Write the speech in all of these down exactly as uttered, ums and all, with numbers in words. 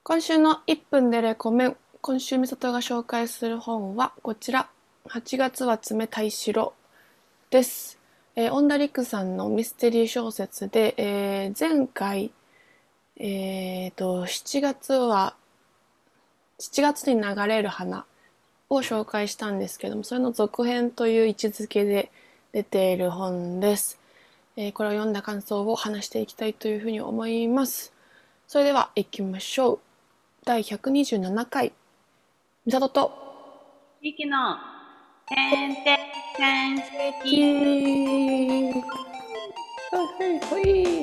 今週のいっぷんでレコメン。今週みさとが紹介する本はこちら。はちがつは冷たい城です。えー、オンダリクさんのミステリー小説で、えー前回、えーと、しちがつは、しちがつに流れる花を紹介したんですけども、それの続編という位置づけで出ている本です。えーこれを読んだ感想を話していきたいというふうに思います。それでは行きましょう。だいひゃくにじゅうななかい、みさととミキのてんてんてんきき。 ーほいほい。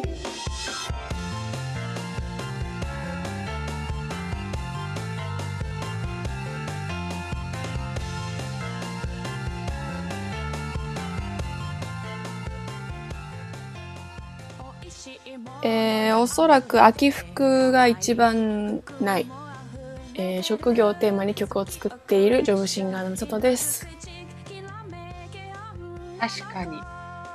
えー、おそらく秋服が一番ない、えー、職業をテーマに曲を作っているジョブシンガーのみさとです。 確かに。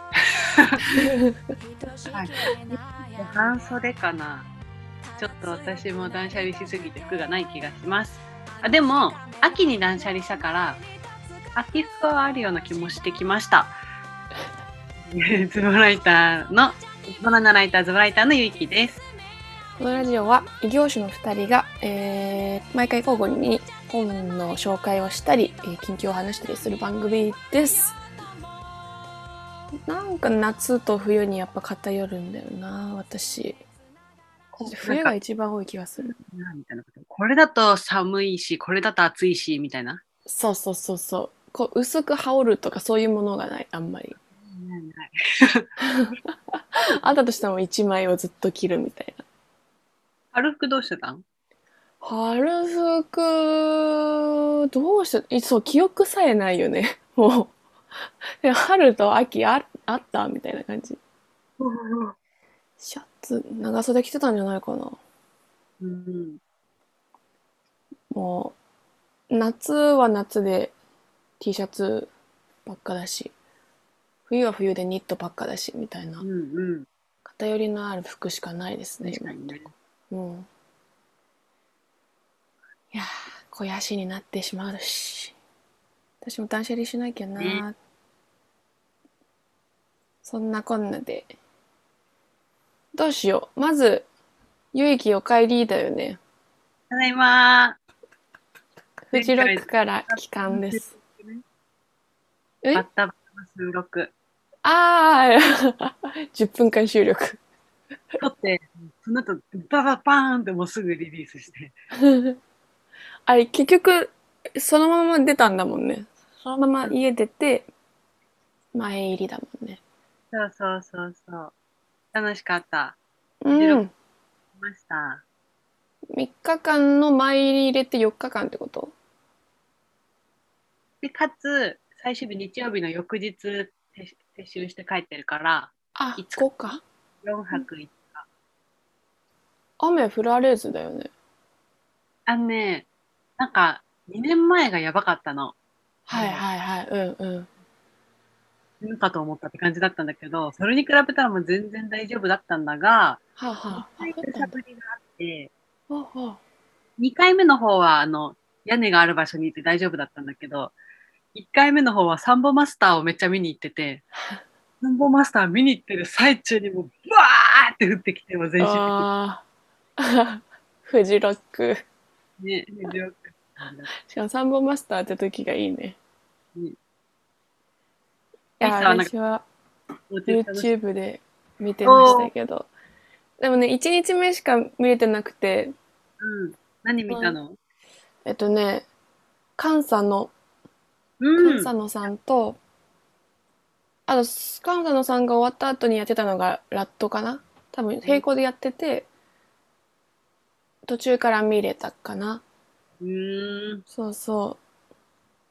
はい。半袖かな。ちょっと私も断捨離しすぎて服がない気がします。あ、でも、秋に断捨離したから、秋服はあるような気もしてきました。ズボライターの、バナナライターズボライターのゆいきです。 このラジオは異業種のふたりが、えー、毎回交互に本の紹介をしたり、えー近況を話したりする番組です。なんか夏と冬にやっぱ偏るんだよな、私。 なんか、 冬が一番多い気がする。 なみたいなこと。これだと寒いし、これだと暑いし、みたいな。 そうそうそうそう。こう薄く羽織るとかそういうものがない、あんまり。 ないない。 あったとしても一枚をずっと着るみたいな。 春服どうしてたん？ 春服、どうして、そう、記憶さえないよね。もう。で春と秋ああったみたいな感じ。シャツ、長袖着てたんじゃないかな。 うん。 もう、夏は夏で T シャツばっかだし、冬は冬でニットばっかだし、みたいな。 うんうん。 偏りのある服しかないですね、今のとこ。 確かにね。 うん。いやー、肥やしになってしまうし。私も断捨離しなきゃね。 な。そんなこんなで。どうしよう。まず、ゆいきお帰りだよね。 ただいま。 フジロッ前回、 クからバッ帰タの収還です。 録ね。バえッタバタの収録。 あー、じゅっぷんかん収録。 撮って、その後、バババーンってもうすぐリリースして。 あれ、結局、そのまま出たんだもんね。そのままうん、 家出て、前入りだもんね。 そうそうそうそう。楽しかった。 うフジロックん。 来ました。 みっかかんの前入り入れてよっかかんってこと？ で、かつ、最終日日曜日の翌日撤撤収して帰ってるから、 あ、 いつかごか。 よんはくいつか。 雨降られずだよね。 あのね、なんか、にねんまえがやばかったの。 はいもはいはい。うんうん。 う、死ぬかと思ったって感じだったんだけど、それに比べたらもう全然大丈夫だったんだが、 はあ、は 2 あ、あ、 回土降ったんだ。 砂降りがあって、 はあ、はにかいめの方は、あの、屋根がある場所にいて大丈夫だったんだけど、いっかいめの方はサンボマスターをめっちゃ見に行ってて、サンボマスター見に行ってる最中にもう、ブワーって降ってきて、もう全身的に。 あ。ああ。フジロック。 ね、フジロックなんだしかもサンボマスターって時がいいね。 ね。 いや、 ミキさんはなんか、 私はお家で楽し YouTube で見てい。 ましおー、 たけど。でもね、いちにちめしか見れてなくて、 うん。何見たの？ えっとね、菅佐野、菅うん。 佐野さんと、あと、菅佐野さんが終わった後にやってたのがラットかな。多分並行でやってて、途中から見れたかな。 うーん。 そうそう。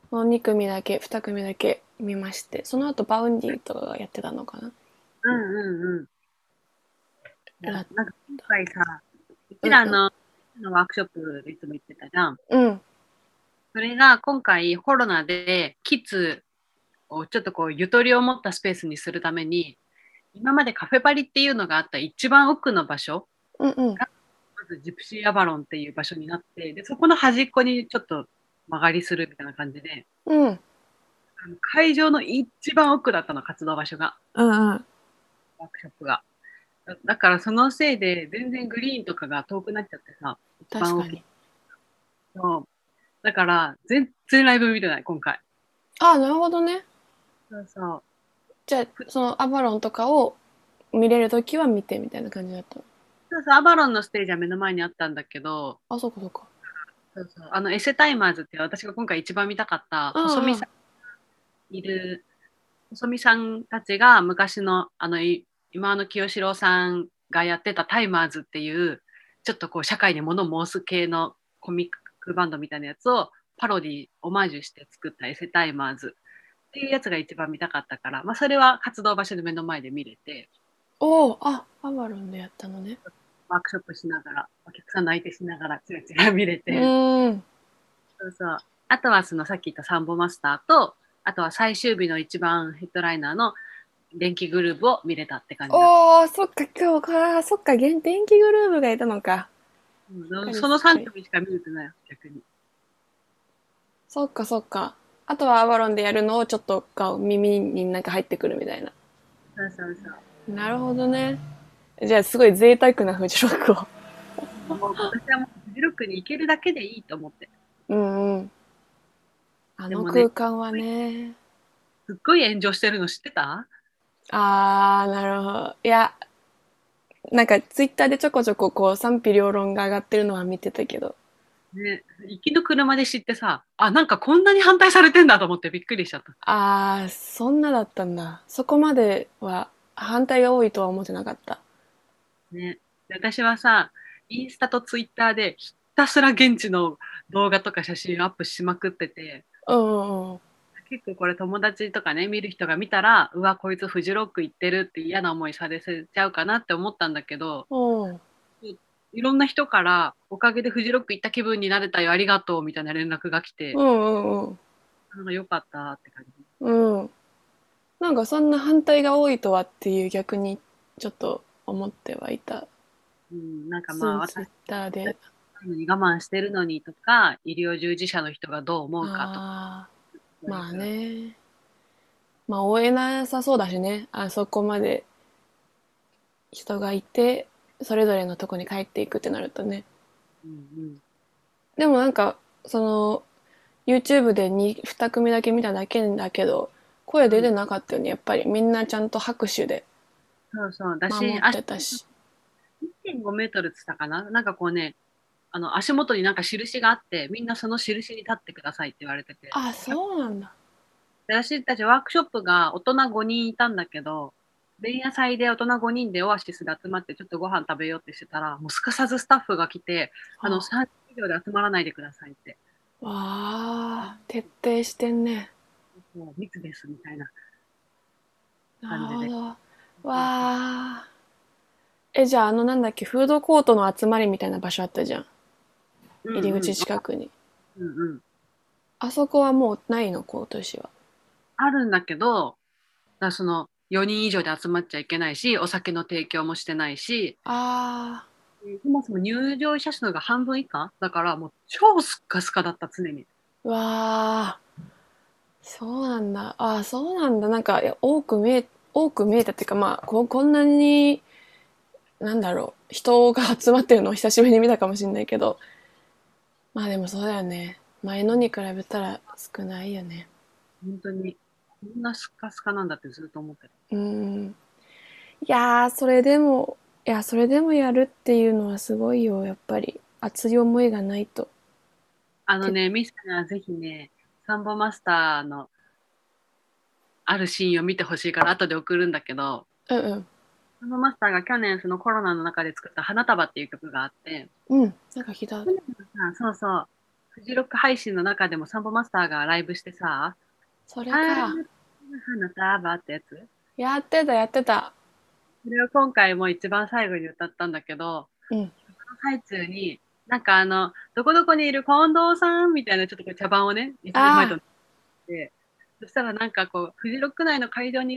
もうに組だけ、に組だけ見まして、その後バウンディとかがやってたのかな。 うんうんうん。いや、 ラッなんか今回さ、うちうんうん。 らの、のワークショップでいつも言ってたじゃん。 うん。 それが今回コロナでキッズをちょっとこうゆとりを持ったスペースにするために、今までカフェバリっていうのがあった一番奥の場所うんうん。 がずジプシーアバロンっていう場所になって、で、そこの端っこにちょっと曲がりするみたいな感じで、 うん。うんあの会場の一番奥だったの、活動場所が、 うん。 ワークショップが。だだからそのせいで全然グリーンとかが遠くなっちゃってさ、一番奥。 確かに。 そう。だから全然ライブ見てない、今回。 ああ、なるほどね。 そうそう。 じゃあ、 ふそのアバロンとかを見れるときは見てみたいな感じだったの。 そうそう、アバロンのステージは目の前にあったんだけど、 あ、そうかそうか。 そうそう、あのエセタイマーズっていう私が今回一番見たかったうんうん。 細見さんいる、細見さんたちが昔のあのい今の清志郎さんがやってたタイマーズっていうちょっとこう社会に物申す系のコミックバンドみたいなやつをパロディオマージュして作ったエセタイマーズっていうやつが一番見たかったから、まあ、それは活動場所で目の前で見れて、 おお、あ、アバロンでやったのね。 ワークショップしながらお客さんの相手しながらチラチラ見れうて、 ーん。 そうそう。あとはそのさっき言ったサンボマスターと、あとは最終日の一番ヘッドライナーの電気グルーヴを見れたって感じだった。 おー、そっか、今日か、そっか、電気グルーヴがいたのか。すっかりうん、その3 すっかり。 組しか見れてないよ、逆に。 そっかそっか。あとはアバロンでやるのをちょっとこう耳になんか入ってくるみたいな。 そうそうそう。 なるほどね。じゃあすごい贅沢なフジロックを。 もう私はもうフジロックに行けるだけでいいと思って。 うんうん。あのでもね、 空間はね。 すっごい炎上してるの知ってた？ あー、なるほど。いや、なんかツイッターでちょこちょここう賛否両論が上がってるのは見てたけど。 ね、行きの車で知ってさ、あ、なんかこんなに反対されてんだと思ってびっくりしちゃった。 あー、そんなだったんだ。そこまでは反対が多いとは思ってなかった。 ね。で私はさ、インスタとツイッターでひたすら現地の動画とか写真をアップしまくってて、 うんうん結構これ友達とかね、見る人が見たら、うわ、こいつフジロック行ってるって嫌な思いされちゃうかなって思ったんだけど、 うん。うん。 いろんな人から、おかげでフジロック行った気分になれたよ、ありがとうみたいな連絡が来て、 うんうんうん。 なんか良かったって感じ。 うん。なんかそんな反対が多いとはっていう逆にちょっと思ってはいた。 うん、なんかまあ、私ツイツイッターで。 に我慢してるのにとか、医療従事者の人がどう思うかとか、 ああ、まあそういう人ね。まあ追えなさそうだしね。あそこまで人がいて、それぞれのとこに帰っていくってなるとね。 うんうん。 でもなんか、その、YouTube でに、に組だけ見ただけだけど、声出てうん、 なかったよね。やっぱりみんなちゃんと拍手でそうそう。だし、 守っ足てたし。 いってんごメートルって言ったかな、なんかこうね、あの足元になんか印があって、みんなその印に立ってくださいって言われてて、 あ、 客そうなんだ。 で私たちワークショップが大人ごにんいたんだけど、前夜祭で大人ごにんでオアシスで集まってちょっとご飯食べようってしてたら、もうすかさずスタッフが来て、あの、 あさんじ以上で集まらないでくださいって、 わあ、徹底してんね。 もう密ですみたいなな感じで。 るほど。わそうそう。 あ。え、じゃああのなんだっけ、フードコートの集まりみたいな場所あったじゃん。 うんうん。 入り口近くに。 うんうん。 あそこはもうないの、今年は。 あるんだけど、だからそのよにん以上で集まっちゃいけないし、お酒の提供もしてないし、 あそもそも入場者数が半分以下だからもう超スッカスカだった常に。 ー、わあ、そうなんだ。ああ、そうなんだ。なんか、いや多く見え、多く見えたっていうか、まあ、こ、こんなに、なんだろう、人が集まってるのを久しぶりに見たかもしれないけど、まあでもそうだよね。前のに比べたら少ないよね。 本当にこんなスッカスカなんだってずっと思ってる。 うん。いやー、それでも、いや、それでもやるっていうのはすごいよ、やっぱり。熱い思いがないと。て、 あのね、ミスにはぜひね、サンボマスターのあるシーンを見てほしいから後で送るんだけど、 うんうん。 サンボマスターが去年そのコロナの中で作った花束っていう曲があって、 うん。なんか聞いた。 去年のさ、そうそう、フジロック配信の中でもサンボマスターがライブしてさ、 それあか。 花束ってやつ、 やってた、やってた。 それを今回も一番最後に歌ったんだけど、 うん。 その最中に、なんかあの、どこどこにいる近藤さんみたいなちょっとこう茶番をね、いつも前とあって、そしたらなんかこう、フジロック内の会場にいる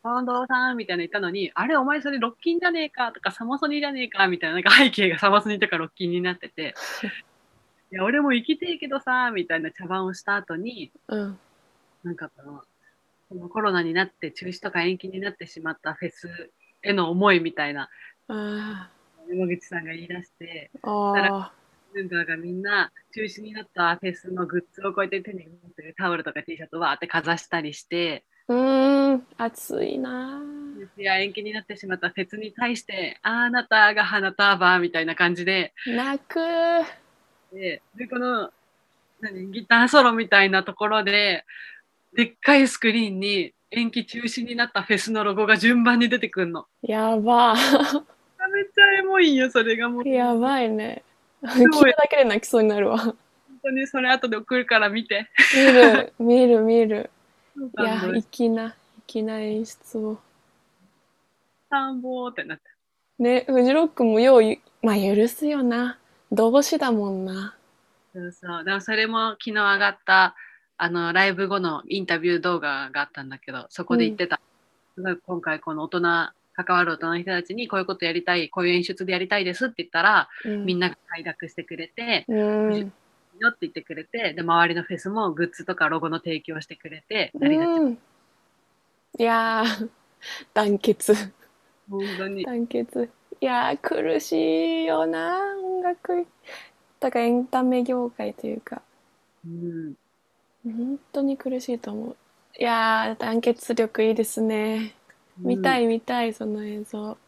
近藤さんみたいな言ったのに、あれお前それロッキンじゃねえかとかサマソニじゃねえかみたいな、なんか背景がサマソニとかロッキンになってて、いや俺も生きていけどさみたいな茶番をした後に、 うん。 なんかこのこのコロナになって中止とか延期になってしまったフェスへの思いみたいなあ山口さんが言い出して、 あ。 そしたらああ。 メンバーがみんな中止になったフェスのグッズをこうやって手に持ってるタオルとか T シャツをわーってかざしたりして、 うーん。暑いないや延期になってしまったフェスに対して、あなたが花束みたいな感じで、 ー。泣く。 で、でこの何ギターソロみたいなところで、でっかいスクリーンに延期中止になったフェスのロゴが順番に出てくるの。 やば。 めっちゃエモいんよ、それがもう。 やばいね。聞いただけで泣きそうになるわ。 本当にそれ後で送るから見て。 見る、見る、見る。いや、 感動し粋な、粋な演出を。 田んぼーってなって。 ね、フジロックもようゆ、まあ許すよな。同志だもんな。 そうそう。でもそれも昨日上がった、あの、ライブ後のインタビュー動画があったんだけど、そこで言ってた。すごい今回この大人、関わる大人の人たちにこういうことやりたい、こういう演出でやりたいですって言ったら、 うん。 みんなが快諾してくれて、 うフジん。 よって言ってくれて、で、周りのフェスもグッズとかロゴの提供してくれて、ありがち。 うん。いやー、団結。 本当に。 団結。いやー、苦しいよな、音楽。だからエンタメ業界というか、 うん。 本当に苦しいと思う。いやー、団結力いいですね。見うん。 たい見たい、その映像。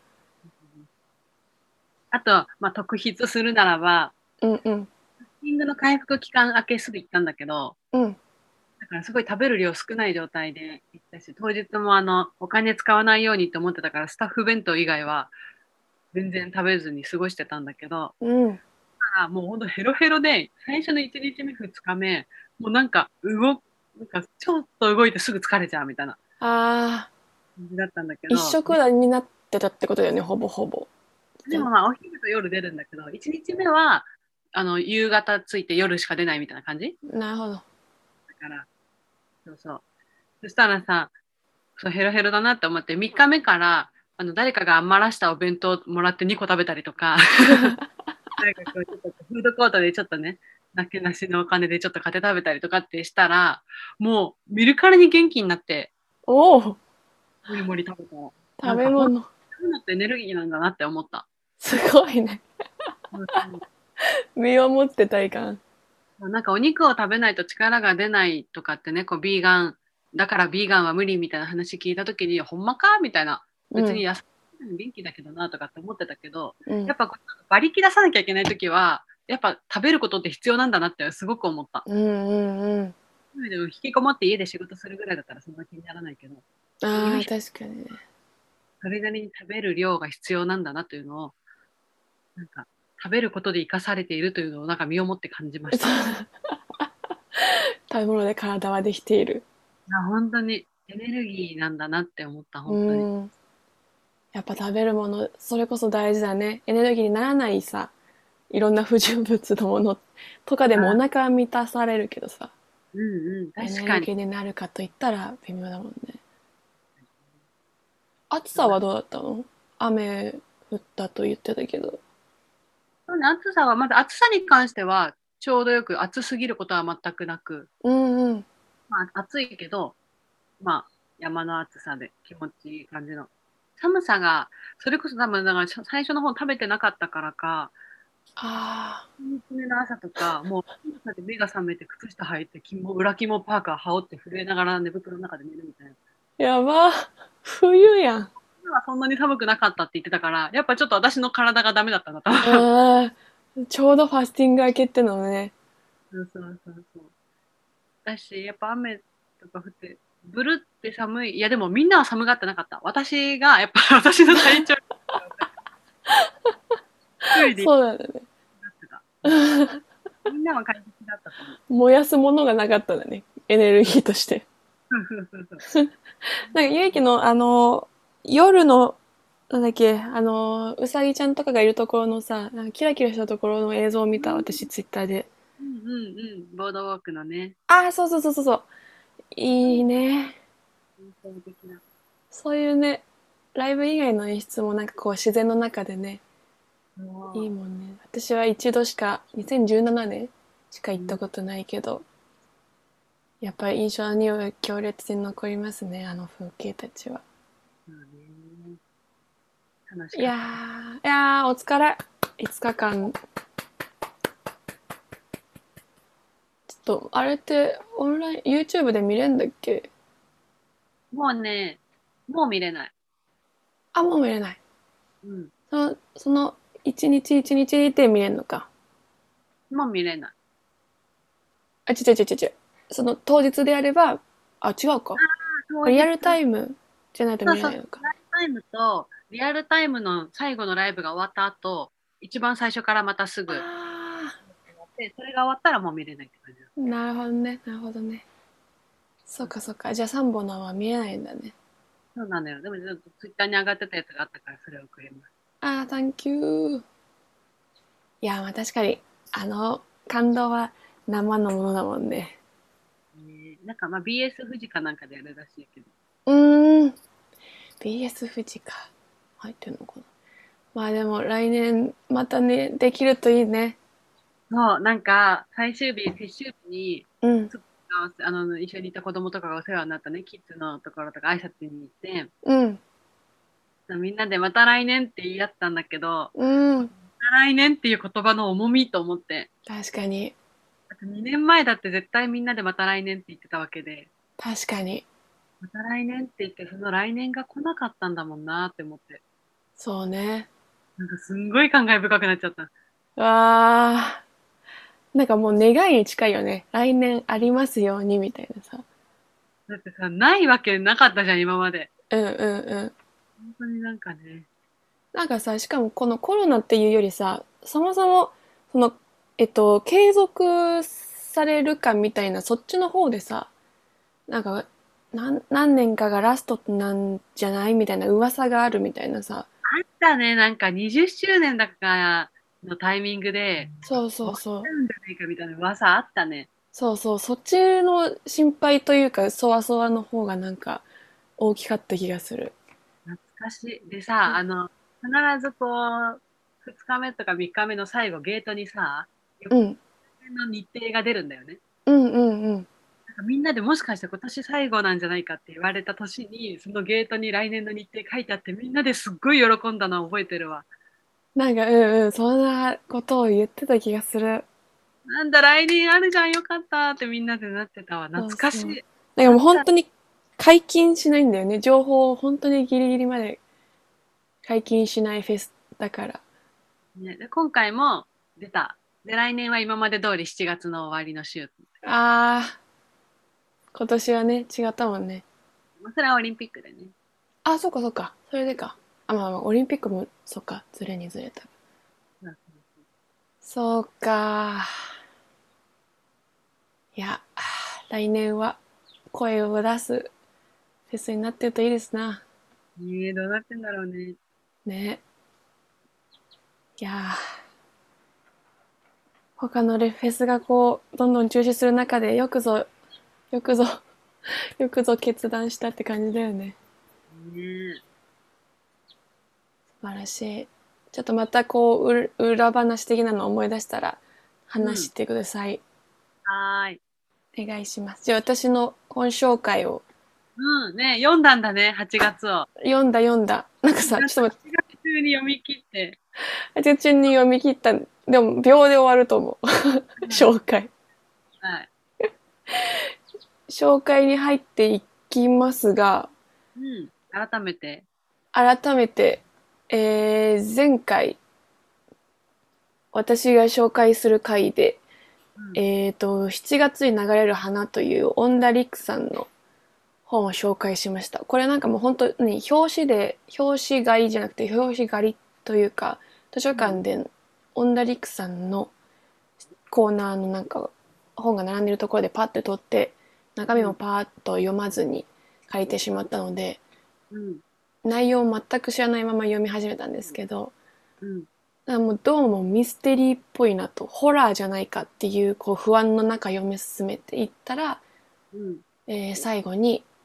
あと、まあ、特筆するならば、 うんうん。 キングの回復期間明けすぐ行ったんだけど、 うん。 だからすごい食べる量少ない状態で行ったし、当日もあの、お金使わないようにって思ってたから、スタッフ弁当以外は全然食べずに過ごしてたんだけど、 うん。 あもうほんとヘロヘロで、最初のいちにちめ、ふつかめ、もうなんか動、なんかちょっと動いてすぐ疲れちゃうみたいなあ感じだったんだけー、一ど、 色だになってたってことだよね、ほぼほぼ。じゃでもまあお昼と夜出るんだけど、いちにちめは、あの、夕方着いて夜しか出ないみたいな感じなるほど。 だから、そうそう。そしたらさ、そうヘロヘロだなって思って、みっかめから、あの、誰かが余らしたお弁当もらってにこ食べたりとか、なんかこう、ちょっとフードコートでちょっとね、なけなしのお金でちょっと買って食べたりとかってしたら、もう見るからに元気になって、 おお、 もりもり食べたら。な食んかほんと、 べ物。 食べ物ってエネルギーなんだなって思った。 すごいね。 うん身をもって体感。 なんかお肉を食べないと力が出ないとかってね、こうビーガン、だからビーガンは無理みたいな話聞いたときに、ほんまかみたいな。 うん。 別に野菜元気だけどなとかって思ってたけど、 うん。 やっぱこう馬力出さなきゃいけないときは、やっぱ食べることって必要なんだなってすごく思った。 うんうんうん。 でも引きこもって家で仕事するぐらいだったらそんな気にならないけど、いるああ、 人確かにね。 それなりに食べる量が必要なんだなというのを、なんか食べることで生かされているというのをなんか身をもって感じました。 食べ物で体はできている。 いや本当にエネルギーなんだなって思った、 う本当に。 ん。やっぱ食べるもの、それこそ大事だね。エネルギーにならないさ、いろんな不純物のものとかでもおあ、 腹は満たされるけどさ、 うんうん、 エ確かに。 ネルギーになるかといったら微妙だもんね。暑さはどうだったの？雨降ったと言ってたけど。 そうね、暑さは、まだ暑さに関しては、ちょうどよく暑すぎることは全くなく、 うんうん。 まあ暑いけど、まあ山の暑さで気持ちいい感じの。寒さが、それこそ多分、だから最初の方食べてなかったからか、 ああ、 みっつめの朝とか、もう寒さで目が覚めて靴下履いて、肝裏肝パーカー羽織って震えながら寝袋の中で寝るみたいな。 やば。冬やん。 今はそんなに寒くなかったって言ってたから、やっぱちょっと私の体がダメだったんだと思う。 ああ、ちょうどファスティング明けってのね。 そうそうそうそう。だし、やっぱ雨とか降って、ブルって寒い。いや、でもみんなは寒がってなかった。私が、やっぱ私の体調一人でそうなんだね。 なってた。うん、みんなは快適だったと思う。 燃やすものがなかったんだね。エネルギーとして。 そうそうそうそう。 なんか、ゆうきの、あの、夜の、なんだっけ、あの、うさぎちゃんとかがいるところのさ、なんかキラキラしたところの映像を見た、私、ツイッターで。 うんうんうん。ボードウォークのね、 ああ、そうそうそうそうそう。いいね。 印象的な。 そういうね、ライブ以外の演出もなんかこう自然の中でね、いいもんね。私は一度しか、にせんじゅうななねんしか行ったことないけど、やっぱり印象には強烈に残りますね、あの風景たちは。 そうね。楽しいやかった。 ー、いやー、お疲れ。いつかかん。ちょっと、あれってオンライン、YouTube で見れんだっけ？ もうね、もう見れない。 あ、もう見れない。 うん。 その、その、一日一日で見れんのか。 もう見れない。 あ、ちちちちち。その当日であれば、あ、違うか。 当日、 リアルタイムじゃないとそうそう、 見れないのか。 リアルタイムと、リアルタイムの最後のライブが終わった後、一番最初からまたすぐ、 あで、それが終わったらもう見れないって感じだ。 ー、なるほどね、なるほどね。そっかそっか。じゃあさんぼんのは見えないんだね。 そうなのよ。でもちょっとツイッターに上がってたやつがあったから、それを送ります。 あー、サンキュー。いや、まあ確かに、あの感動は生のものだもんね。 ね、なんかまあ ビーエス 富士かなんかでやるらしいけど。 うーん。ビーエス 富士か。入ってんのかな。まあでも来年またね、できるといいね。 そう、なんか最終日、撤収日に、 うん。 つあの一緒にいた子供とかがお世話になったね、キッズのところとか挨拶に行って、 うん。 みんなでまた来年って言い合ったんだけど、 うん。 また来年っていう言葉の重みと思って、 確かに。 あとにねんまえだって絶対みんなでまた来年って言ってたわけで、 確かに。 また来年って言って、その来年が来なかったんだもんなって思って、 そうね。 なんかすんごい感慨深くなっちゃった。 わあ。なんかもう願いに近いよね。来年ありますようにみたいなさ。 だってさ、ないわけなかったじゃん、今まで。 うんうんうん。 本当になんかね。 なんかさ、しかもこのコロナっていうよりさ、そもそも、その、えっと、継続されるかみたいな、そっちの方でさ、なんか、何、何年かがラストなんじゃないみたいな噂があるみたいなさ。 あったね、なんかにじゅっしゅうねんだかのタイミングで、 そうそ終わっちうそう。 ゃうんじゃないかみたいな噂あったね。 そうそう、そっちの心配というか、そわそわの方がなんか大きかった気がする。 懐かしい。でさ、あの、必ずこう、ふつかめとかみっかめの最後、ゲートにさ、翌うん。 年の日程が出るんだよね。 うんうんうん。 なんかみんなでもしかして今年最後なんじゃないかって言われた年に、そのゲートに来年の日程書いてあって、みんなですっごい喜んだのを覚えてるわ。 なんか、うんうん、そんなことを言ってた気がする。 なんだ、来年あるじゃん、よかったってみんなでなってたわ。懐そうそう。 かしい。 なんかもうあった。 本当に解禁しないんだよね。情報を本当にギリギリまで解禁しないフェスだから。 ね、で今回も出た。で、来年は今まで通りしちがつの終わりの週。 あー、今年はね、違ったもんね。 まあ、それはオリンピックでね。 あ、そっかそっか。それでか。あ、まあまあ、オリンピックも、そっか、ずれにずれた。 そうそうそう。 そうか。いや、来年は声を出すフェスになってるといいですな。 ねえ、どうなってんだろうね。 ね。いや他のレフェスがこう、どんどん中止する中で、よくぞ、よくぞ、よくぞ決断したって感じだよね。 ねえ。 素晴らしい。ちょっとまたこう、裏話的なの思い出したらうん。 話してください。 はーい。 お願いします。じゃあ私の本紹介をうん。ねえ、読んだんだね、はちがつを。 読んだ読んだ。なんかさ、ちょっと待って、 はちがつ中に読み切って。 はちがつ中に読み切った。でも秒で終わると思う。 はい。 紹介。 はい。 紹介に入っていきますが、 うん。改めて。 改めて、えー、前回私が紹介する回で、 うん。 えーと、しちがつに流れる花というオンダリックさんの本を紹介しました。これなんかもう本当に表紙で、表紙買いじゃなくて表紙狩りというか、図書うん。 館でオンダリックさんのコーナーのなんか本が並んでるところでパッて取って、中身もうん。 パーッと読まずに借りてしまったので、 うん。 内容を全く知らないまま読み始めたんですけど、 うん。 もうどうもミステリーっぽいなと、ホラーじゃないかっていうこう不安の中読み進めていったら、 うん。 えー最後に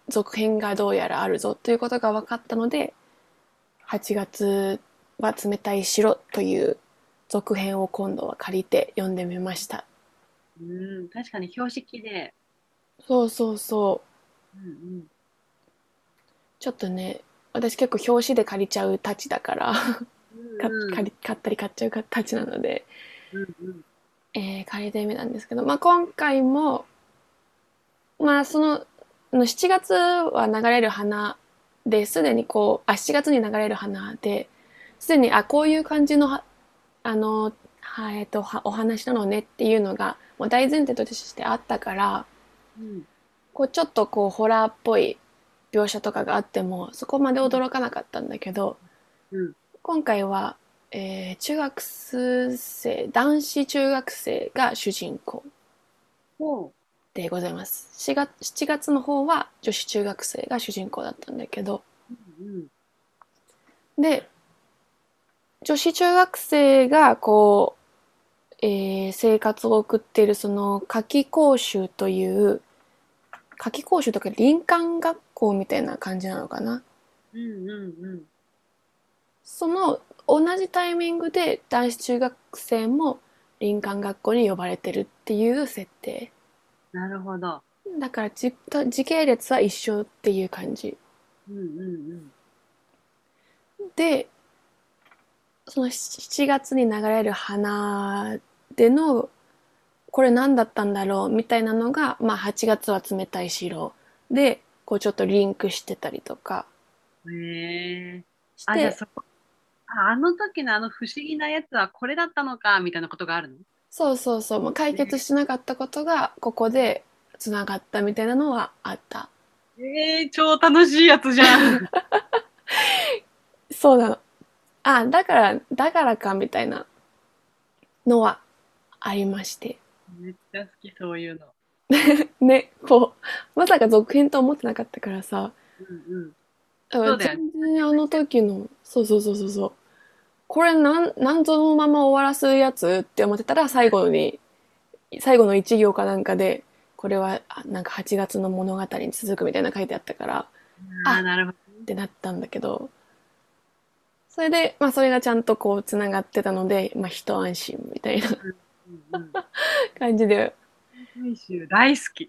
続編がどうやらあるぞということが分かったので、はちがつは冷たい城という続編を今度は借りて読んでみました。 うん、確かに表紙綺麗。 そうそうそう。 うんちょっとね、私結構表紙で借りちゃうたちだからうかん。うん借り買ったり買っちゃうたちなので、 うんうんえー借りてみたんですけど、まあ、今回も、まあ、そののしちがつは流れる花ですでにこうあしちがつに流れる花ですでにあこういう感じのはあのは、えっと、はお話なのねっていうのがもう大前提としてあったから、 うんこうちょっとこうホラーっぽい描写とかがあってもそこまで驚かなかったんだけど、 うん今回は、えー中学生男子中学生が主人公ほでございます。しがつしちがつの方は女子中学生が主人公だったんだけど、 う。うんで女子中学生がこう、えー生活を送っているその夏季講習という夏季講習とか林間学校みたいな感じなのかな。 うんうんうん。 その同じタイミングで男子中学生も林間学校に呼ばれてるっていう設定なるほど。 だからじ時系列は一緒っていう感じうんうんうん。 で、そのしちがつに流れる花でのこれ何だったんだろうみたいなのが、まあ、はちがつは冷たい白でこうちょっとリンクしてたりとかへえ。あ、じゃあして、 そこ、あ、あの時のあの不思議なやつはこれだったのか、みたいなことがあるの？ そうそうそう、もう解決しなかったことがここでつながったみたいなのはあった。 ええー、超楽しいやつじゃん。 そうなの。あ、だからだからかみたいなのはありまして、 めっちゃ好き、そういうの。 ね、こうまさか続編と思ってなかったからさ、 うんうん。 全そうだよね。 然あの時のそうそうそうそうそう、これなんなんそのまま終わらすやつって思ってたら最後に最後の一行かなんかでこれはなんかはちがつの物語に続くみたいな書いてあったから、 ああ、 あなるほどね。 ってなったんだけど、それでまあそれがちゃんとこうつながってたので、まあ一安心みたいなうんうんうん。 感じで、 大衆大好き。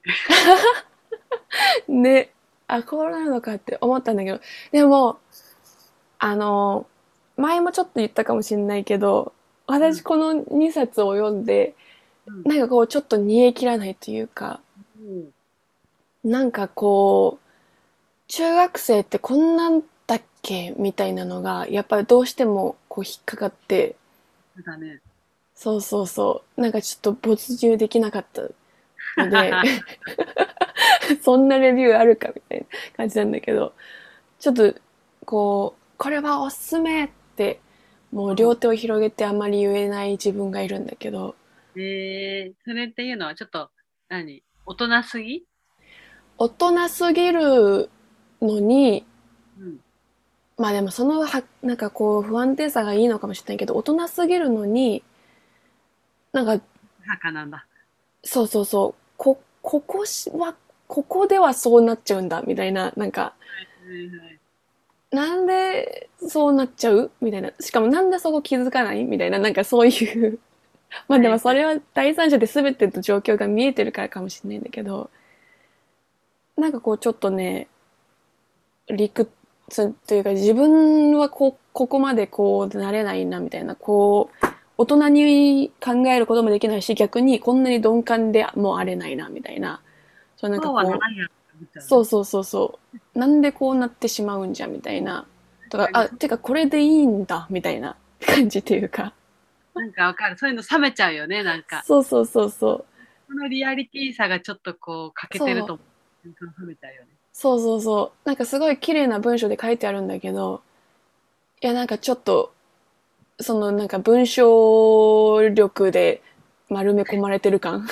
ね、あこうなるのかって思ったんだけど、でもあの前もちょっと言ったかもしれないけど、 うん私このにさつを読んでうんなんかこうちょっと煮え切らないというか、 うんなんかこう中学生ってこんなんだっけみたいなのがやっぱりどうしてもこう引っかかって、 そうだね。 そうそうそう、なんかちょっと没入できなかったのでそんなレビューあるかみたいな感じなんだけど、ちょっとこうこれはおすすめってもう両う手を広げてあまり言えない自分がいるんだけど、 ん。えー、それっていうのはちょっと、何大人すぎ？ 大人すぎるのに、 うん。 まあでもそのはなんかこう不安定さがいいのかもしれないけど、大人すぎるのになんか、 墓なんだ。 そうそうそう、こここはここではそうなっちゃうんだみたいな、なんかはいはい。 なんでそうなっちゃうみたいな、しかもなんでそこ気づかないみたいな、なんかそういうまあでもはいはい。 それは第三者で全ての状況が見えてるからかもしれないんだけど、なんかこうちょっとね、理屈というか自分はこここまでこうなれないなみたいな、こう大人に考えることもできないし、逆にこんなに鈍感でもあれないなみたいな、そうなんかそうはなこう、 らんやろって思っちゃうね。 そうそうそうそう、なんでこうなってしまうんじゃみたいな、とか、あ確かにそう。 てかこれでいいんだみたいな感じっていうか、 なんかわかる。そういうの冷めちゃうよね、なんか。 そうそうそうそう、 このリアリティさがちょっとこう欠けてるそうと思う。なんか冷めちゃうよね。 そうそうそう、なんかすごい綺麗な文章で書いてあるんだけど、いやなんかちょっとそのなんか文章力で丸め込まれてる感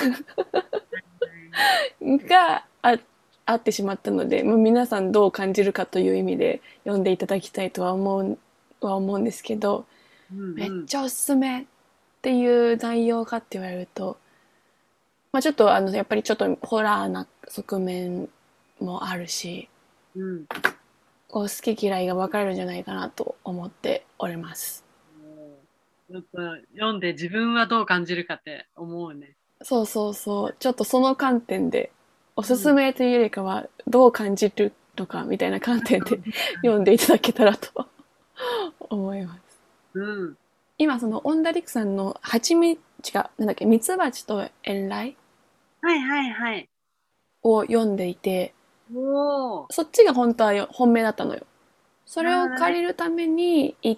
がああってしまったので、まあ、皆さんどう感じるかという意味で読んでいただきたいとは思うは思うんですけど、 うんうん。 めっちゃおすすめっていう内容かって言われると、まあ、ちょっとあのやっぱりちょっとホラーな側面もあるし、 うん。 こう好き嫌いが分かれるんじゃないかなと思っております。 ちょっと読んで自分はどう感じるかって思うね。 そうそうそう。ちょっとその観点で、おすすうん。 めというよりかは、どう感じるのかみたいな観点で読んでいただけたらと思います。 うん。 今、そのオンダリクさんの蜂蜜、違う、なんだっけ、ミツバチと遠雷はいはいはい。 を読んでいて、 おお。 そっちが本当は本命だったのよ。それをなるほどね。 借りるために行って、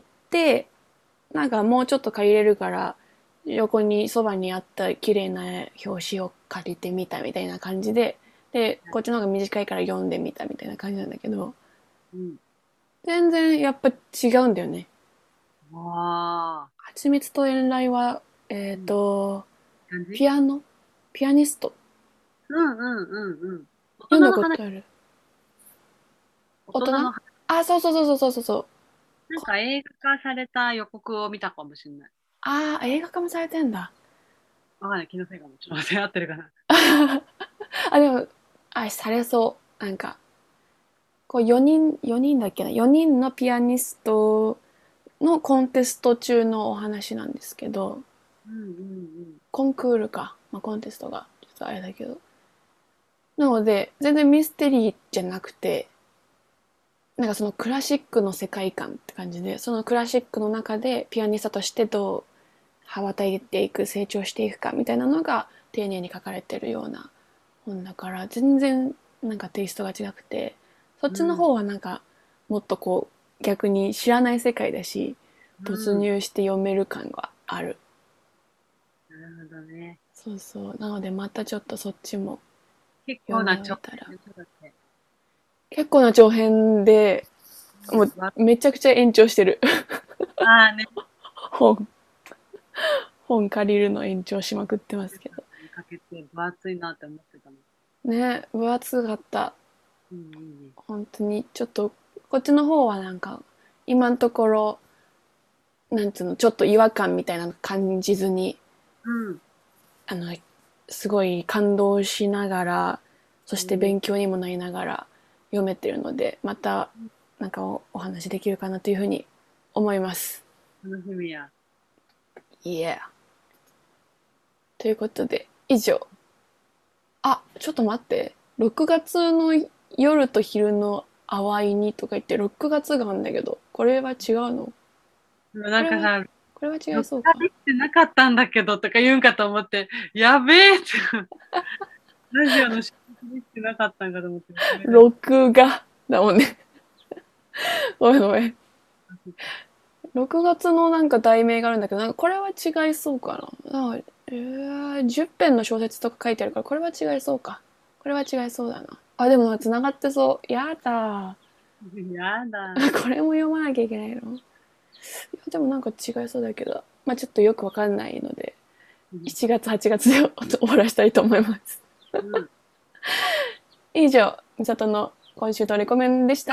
なんかもうちょっと借りれるから、横にそばにあった綺麗な表紙を借りてみたみたいな感じで、で、こっちの方が短いから読んでみたみたいな感じなんだけど、 うん。 全然やっぱ違うんだよね。 わあ。 蜂蜜と遠雷は、えっ、 うん。 と、 感じ。 ピアノピアニストうんうんうんうん。大人読んだの話。 ことある？ 大大人？ 人の話。 あ、そうそうそうそうそうそう。 なんか映画化された予告を見たかもしれない。 ああ、映画化もされてんだ。 わかんない。気のせいかも。ちょっと待って、合ってるかな。 あ、でも、あ、されそう。なんか、こうよにん、よにんだっけな？ よ 人のピアニストのコンテスト中のお話なんですけど、 うんうんコンクールか。まあ、コンテストが、ちょっとあれだけど。なので、全然ミステリーじゃなくて、なんかそのクラシックの世界観って感じで、そのクラシックの中でピアニストとしてどう羽ばたいていく、成長していくかみたいなのが丁寧に書かれてるような本だから、全然なんかテイストが違くて、そっちのうん。 方はなんかもっとこう逆に知らない世界だし、 うん。うん。 没入して読める感がある。 なるほどね。 そうそう。なのでまたちょっとそっちも結読んで構な長おいたら。 編だって。 結構な長編で、もううん。わめちゃくちゃ延長してる。 あーね。 本。本借りるの延長しまくってますけど。 にかけて分厚いなって思ってたの。 ね、分厚かった。 うんいいね。 本当に、ちょっと、こっちの方はなんか、今のところ、なんつうの、ちょっと違和感みたいなの感じずに、 うん。 あの、すごい感動しながら、そしておー、 勉強にもなりながら読めてるので、また、なんかおお話できるかなというふうに思います。 楽しみや。 いや。ということで、以上。あ、ちょっと待って。ろくがつの夜と昼の淡いにとか言ってろくがつがあるんだけど、これは違うの？これは、 なんかさ、 これは違い録そうか。 画できてなかったんだけどとか言うんかと思って、やべえって、ラジオの収録できてなかったんかと思って、ごめんなさい。 録画だもんね。ごめんごめん。ろくがつのなんか題名があるんだけど、なんかこれは違いそうかな。なんかえー、じゅっぺんの小説とか書いてあるから、これは違いそうか。これは違いそうだな。あ、でも繋がってそう。やだ。 やだ。 これも読まなきゃいけないの？いや、でもなんか違いそうだけど、まあちょっとよくわかんないので、しちがつ、はちがつで終わらしたいと思います。 うん。 以上、みさとの今週のレコメンでした。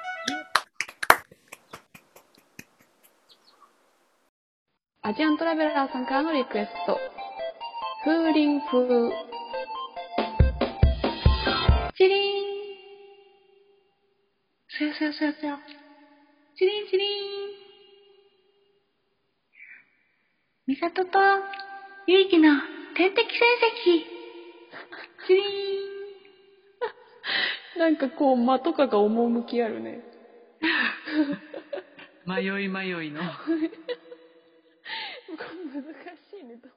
アジアントラベラーさんからのリクエスト。風鈴風。チリーン。 そよそよそよそよ。チリンチリン。ミサトとユイキの天敵戦績。チリン。 なんかこう、間とかが趣あるね。 迷い迷いの。難しい。 難しいねと。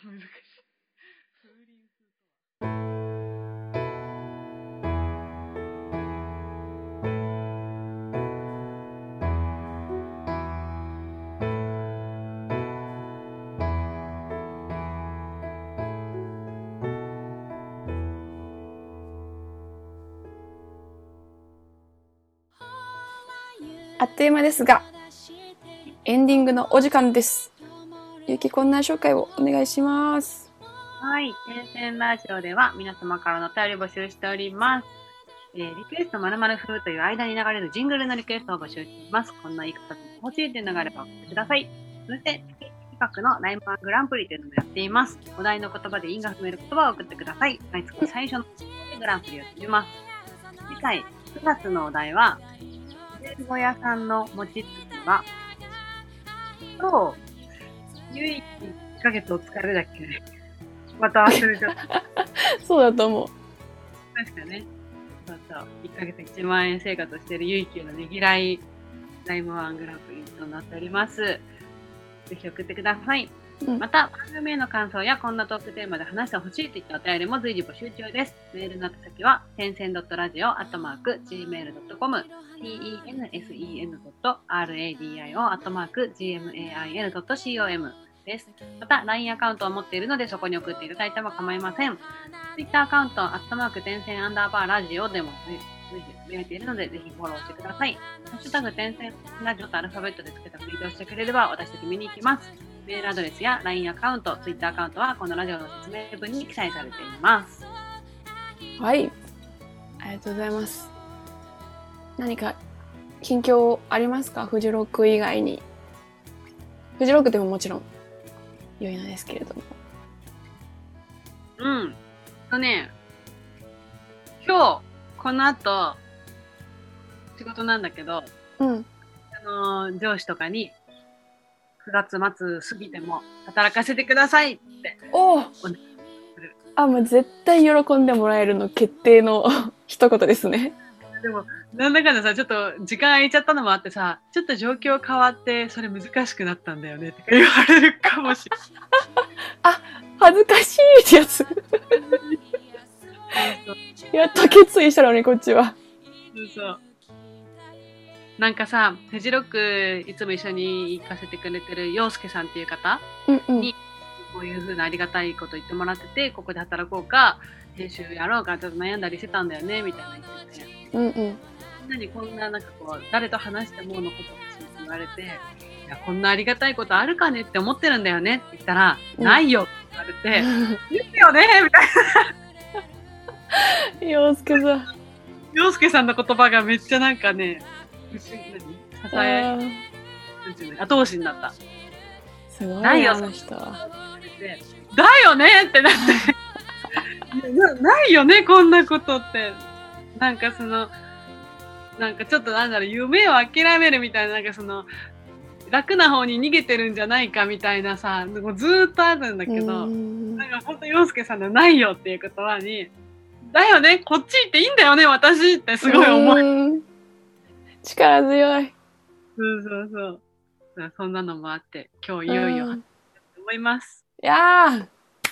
あっという間ですが、エンディングのお時間です。ゆきこんな紹介をお願いします。 はい。天線ラジオでは皆様からのお便りを募集しております。えー、リクエスト〇〇風という間に流れるジングルのリクエストを募集しています。こんな言い方で欲しいというのがあれば送ってください。そして、企画のラインマングランプリというのもやっています。お題の言葉で因が踏める言葉を送ってください。毎月最初のグランプリを決めます。次回、 くがつのお題は、英語屋さんの持ちつきは、と、唯一いっかげつお疲れだっけまた忘れちゃった。 そうだと思う。 確かね。そうそう。いっかげついちまん円生活をしているゆいきゅうのねぎらいタイムワングランプリとなっております。ぜひ送ってください。うん、また、番組への感想やこんなトークテーマで話してほしいといったお便りも随時募集中です。メールの宛先は、点線 .radio アットマーク ジーメールドットコム、ten-sen.radio アットマーク ジーエムエーアイエルドットコム です。また、ライン アカウントを持っているので、そこに送っていただいても構いません。Twitter アカウント、アットマーク点線アンダーバーラジオでも見えているので、ぜひフォローしてください。ハッシュタグ点線ラジオとアルファベットでつけたツイートをしてくれれば、私たち見に行きます。メールアドレスや ライン アカウント、Twitter アカウントはこのラジオの説明文に記載されています。 はい。ありがとうございます。何か近況ありますか？フジロック以外に。フジロックでももちろん良いのですけれども。 うん。とね、今日、この後、仕事なんだけど、 うん。 あの、上司とかに、くがつ末過ぎても働かせてくださいって。 おお。あ、もう絶対喜んでもらえるの決定の一言ですね。 でも、なんだかんださ、ちょっと時間空いちゃったのもあってさ、ちょっと状況変わって、それ難しくなったんだよねって言われるかもしれない。 あ、恥ずかしいってやつ。やっと決意したのに、こっちは。 そうそう。なんかさ、フジロックいつも一緒に行かせてくれてる陽介さんっていう方に、うんうん、こういう風なありがたいこと言ってもらってて、ここで働こうか、編集やろうか、ちょっと悩んだりしてたんだよね、みたいな言ってて。うんうん。みんなにこんな、なんかこう、誰と話してものことを言われて、いや、こんなありがたいことあるかねって思ってるんだよねって言ったら、うん、ないよって言われて、ですよねみたいな。陽介さん。 陽介さんの言葉がめっちゃなんかね、支え、後押しになった。 すごいな、あの人は。 だよねってなってな。ないよね、こんなことって。なんかその、なんかちょっとなんだろう、夢を諦めるみたいな、なんかその、楽な方に逃げてるんじゃないかみたいなさ、もうずーっとあるんだけど、んなんかほんと陽介さんのないよっていう言葉に、だよね、こっち行っていいんだよね、私ってすごい思い。 力強い。 そうそうそう。そんなのもあって、今日いよいよと思います。 いやー、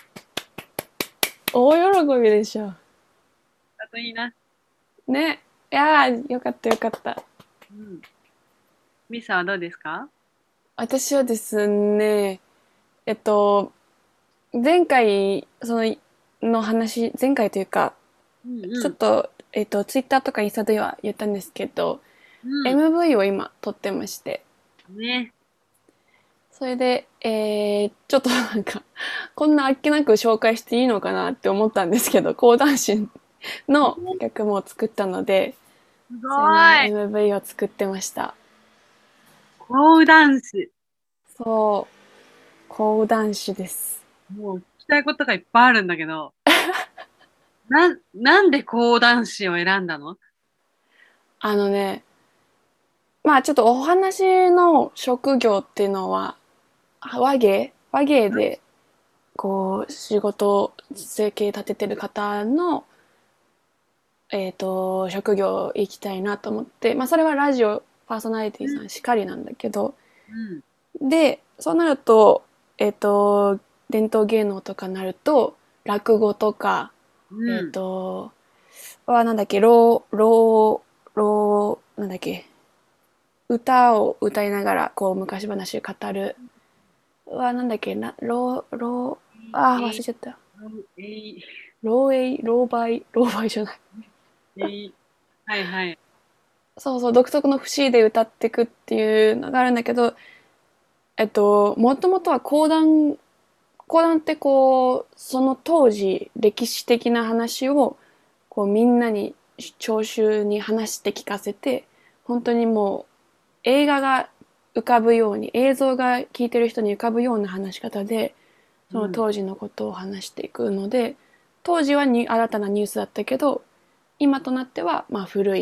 大喜びでしょ。 だといいな。 ね、いやー、よかったよかった。 うん。ミサはどうですか？ 私はですね、えっと、前回、その、の話、前回というか、うんうん、ちょっと、えっと、ツイッターとかインスタでは言ったんですけど、うん、エムブイ を今撮ってまして。 ね。 それで、えー、ちょっとなんか、こんなあっけなく紹介していいのかなって思ったんですけど、講談師の曲も作ったので、 すごい。 エムブイ を作ってました。 講談師。 そう。講談師です。 もう聞きたいことがいっぱいあるんだけど。な、なんで講談師を選んだの？ あのね、まあちょっとお話の職業っていうのは、話芸話芸で、こう、仕事、生計立ててる方の、えっと、職業行きたいなと思って、まあそれはラジオパーソナリティさんしかりなんだけど、うん、で、そうなると、えっと、伝統芸能とかになると、落語とか、うん、えっと、はなんだっけ、ろう、ろう、ろう、なんだっけ、歌を歌いながら、こう、昔話を語る、はなんだっけ、な、ろう、ろう、あー、忘れちゃった。漏洩、漏媒、漏媒じゃない。 はいはい。 そうそう、独特の節で歌っていくっていうのがあるんだけど、えっと、もともとは講談、講談ってこう、その当時、歴史的な話を、こうみんなに聴衆に話して聞かせて、本当にもう映画が浮かぶように、映像が聞いてる人に浮かぶような話し方で、その当時のことを話していくので、うん、当時はに新たなニュースだったけど、今となってはまあ古い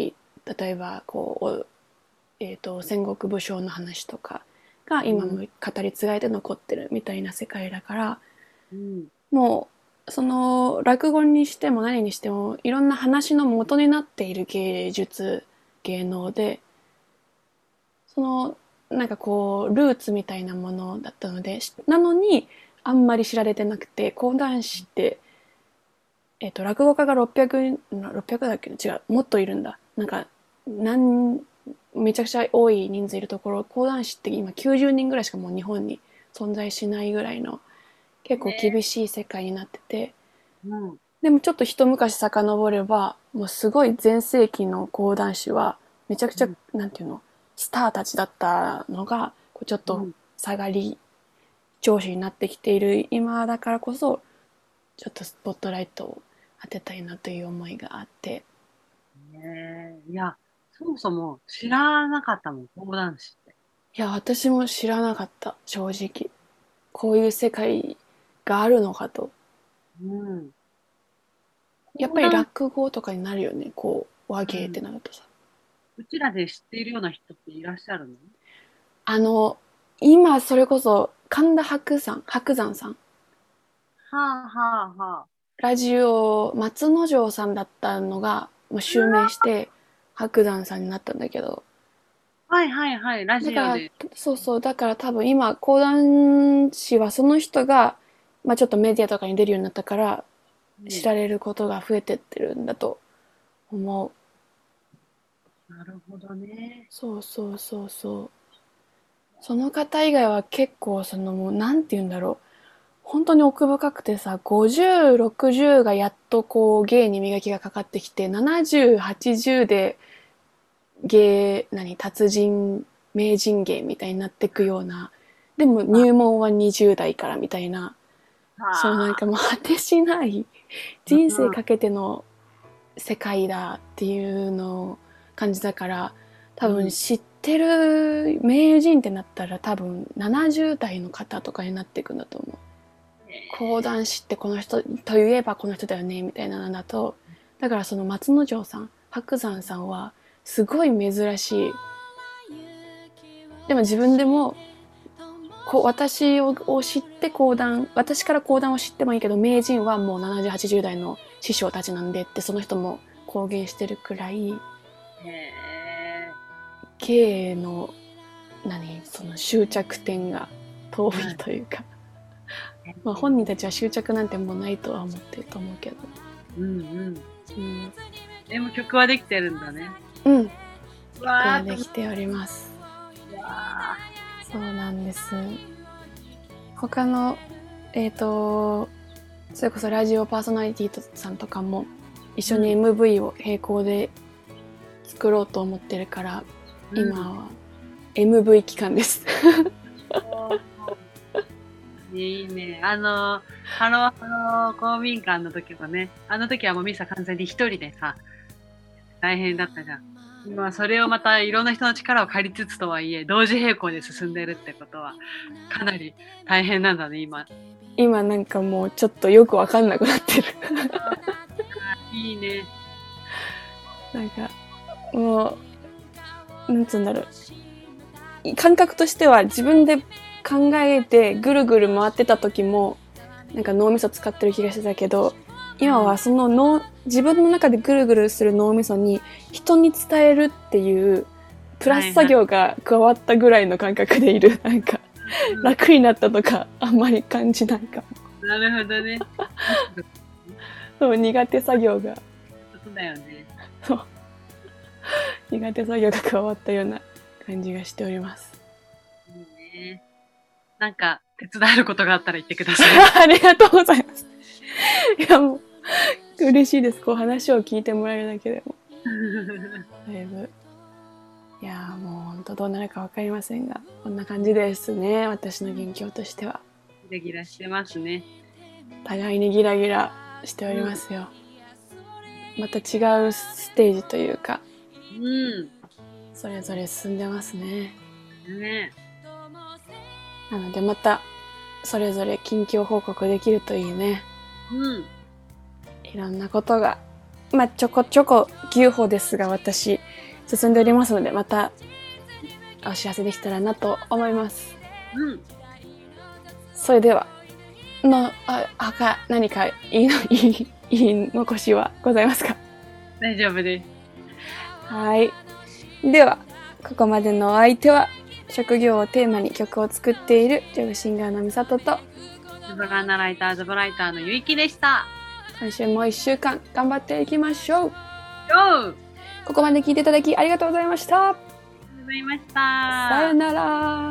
例えばこう、えーと、戦国武将の話とかが今も語り継がれて残ってるみたいな世界だから、 うん、 もうその落語にしても何にしてもいろんな話の元になっている芸術芸能で、そのなんかこうルーツみたいなものだったので、なのにあんまり知られてなくて、講談師って、えっと落語家がろっぴゃく、ろっぴゃくだっけ、違う、もっといるんだ。なんかなんめちゃくちゃ多い人数いるところ、講談師って今きゅうじゅうにんぐらいしかもう日本に存在しないぐらいの結構厳しい世界になってて、 うん、 でもちょっと一昔遡れば、もうすごい全盛期の講談師はめちゃくちゃ、 うん、 なんていうの、スターたちだったのがこうちょっとうん、 下がり調子になってきている今だからこそ、ちょっとスポットライトを当てたいなという思いがあって。 ねえ、いや、そもそも知らなかったもん、講談師って。 いや、私も知らなかった、正直。こういう世界があるのかと。 うん。 やっぱり講談、 落語とかになるよね、こう和芸ってうん。 なるとさ。 うちらで知っているような人っていらっしゃるの？ あの今それこそ神田伯山伯山さん、 はあはあはあ。 ラジオ松之丞さんだったのがもう襲名して伯山さんになったんだけど、 はいはいはい、ラだからジオで。 そうそう、だから多分今講談師はその人が、まあ、ちょっとメディアとかに出るようになったからうん。 知られることが増えてってるんだと思う。 なるほどね。 そうそうそうそう。その方以外は結構そのもうなんて言うんだろう、本当に奥深くてさ、ごじゅう、ろくじゅうがやっとこう芸に磨きがかかってきて、ななじゅう、はちじゅうで芸、何、達人、名人芸みたいになっていくような、でもは入門はにじゅう代からみたいな、そうなんあ、 かもう果てしないうん人生うん。 かけての世界だっていうのを感じだから、多分知ってる名人ってなったら多分ななじゅう代の方とかになっていくんだと思う。講談師ってこの人といえばこの人だよねみたいなのだと、だからその松之丞さん伯山さんはすごい珍しい。でも自分でもこう私をを知って講談、私から講談を知ってもいいけど名人はもうななじゅう、はちじゅう代の師匠たちなんでってその人も公言してるくらい、 へえ。 芸の何その終着点が遠いというか、まあ本人たちは執着なんてもうないとは思ってると思うけど。 うんうん。 うん。 でも曲はできてるんだね。 うん。 う曲はわーと。 できております。 うわそうなんです。他の、えっ、と、それこそラジオパーソナリティさんとかも一緒に エムブイ を並行で作ろうと思ってるから、 ー、うん、 今は エムブイ 期間です。 いいね。あの、ハローハロー公民館の時もね、あの時はもうミサ完全に一人でさ、大変だったじゃん。今それをまたいろんな人の力を借りつつとはいえ、同時並行で進んでるってことは、かなり大変なんだね、今。 今なんかもうちょっとよくわかんなくなってる。 いいね。 なんか、もう、なんつうんだろう。感覚としては自分で考えてぐるぐる回ってた時も、なんか脳みそ使ってる気がしてたけど、今はその脳、自分の中でぐるぐるする脳みそに人に伝えるっていうプラス作業が加わったぐらいの感覚でいる。なんか楽になったとかあんまり感じないかも。 なるほどね。 そう、苦手作業が、 そうだよね。 そう、苦手作業が加わったような感じがしております。 いいね。なんか手伝えることがあったら言ってください。 ありがとうございます。いやもう嬉しいです。こう話を聞いてもらえるだけでもだいぶ。いやーもう本当どうなるか分かりませんが、こんな感じですね、私の現況としては。 ギラギラしてますね。 互いにギラギラしておりますよ、うん、また違うステージというか、 うん、 それぞれ進んでますね。 ね。 なのでまたそれぞれ近況報告できるといいね。 うん。 いろんなことが、まあちょこちょこ牛歩ですが私進んでおりますので、またお知らせできたらなと思います。 うん。 それでは、の、あ、あか、何か言いの、言い、言い残しはございますか？ 大丈夫です。 はい。では、ここまでのお相手は、職業をテーマに曲を作っているジョグシンガーのみさとと、 ズブランナライターズブライターのゆいきでした。 今週も一週間頑張っていきましょう。 よーここまで聞いていただきありがとうございました。 ありがとうございました。 さよなら。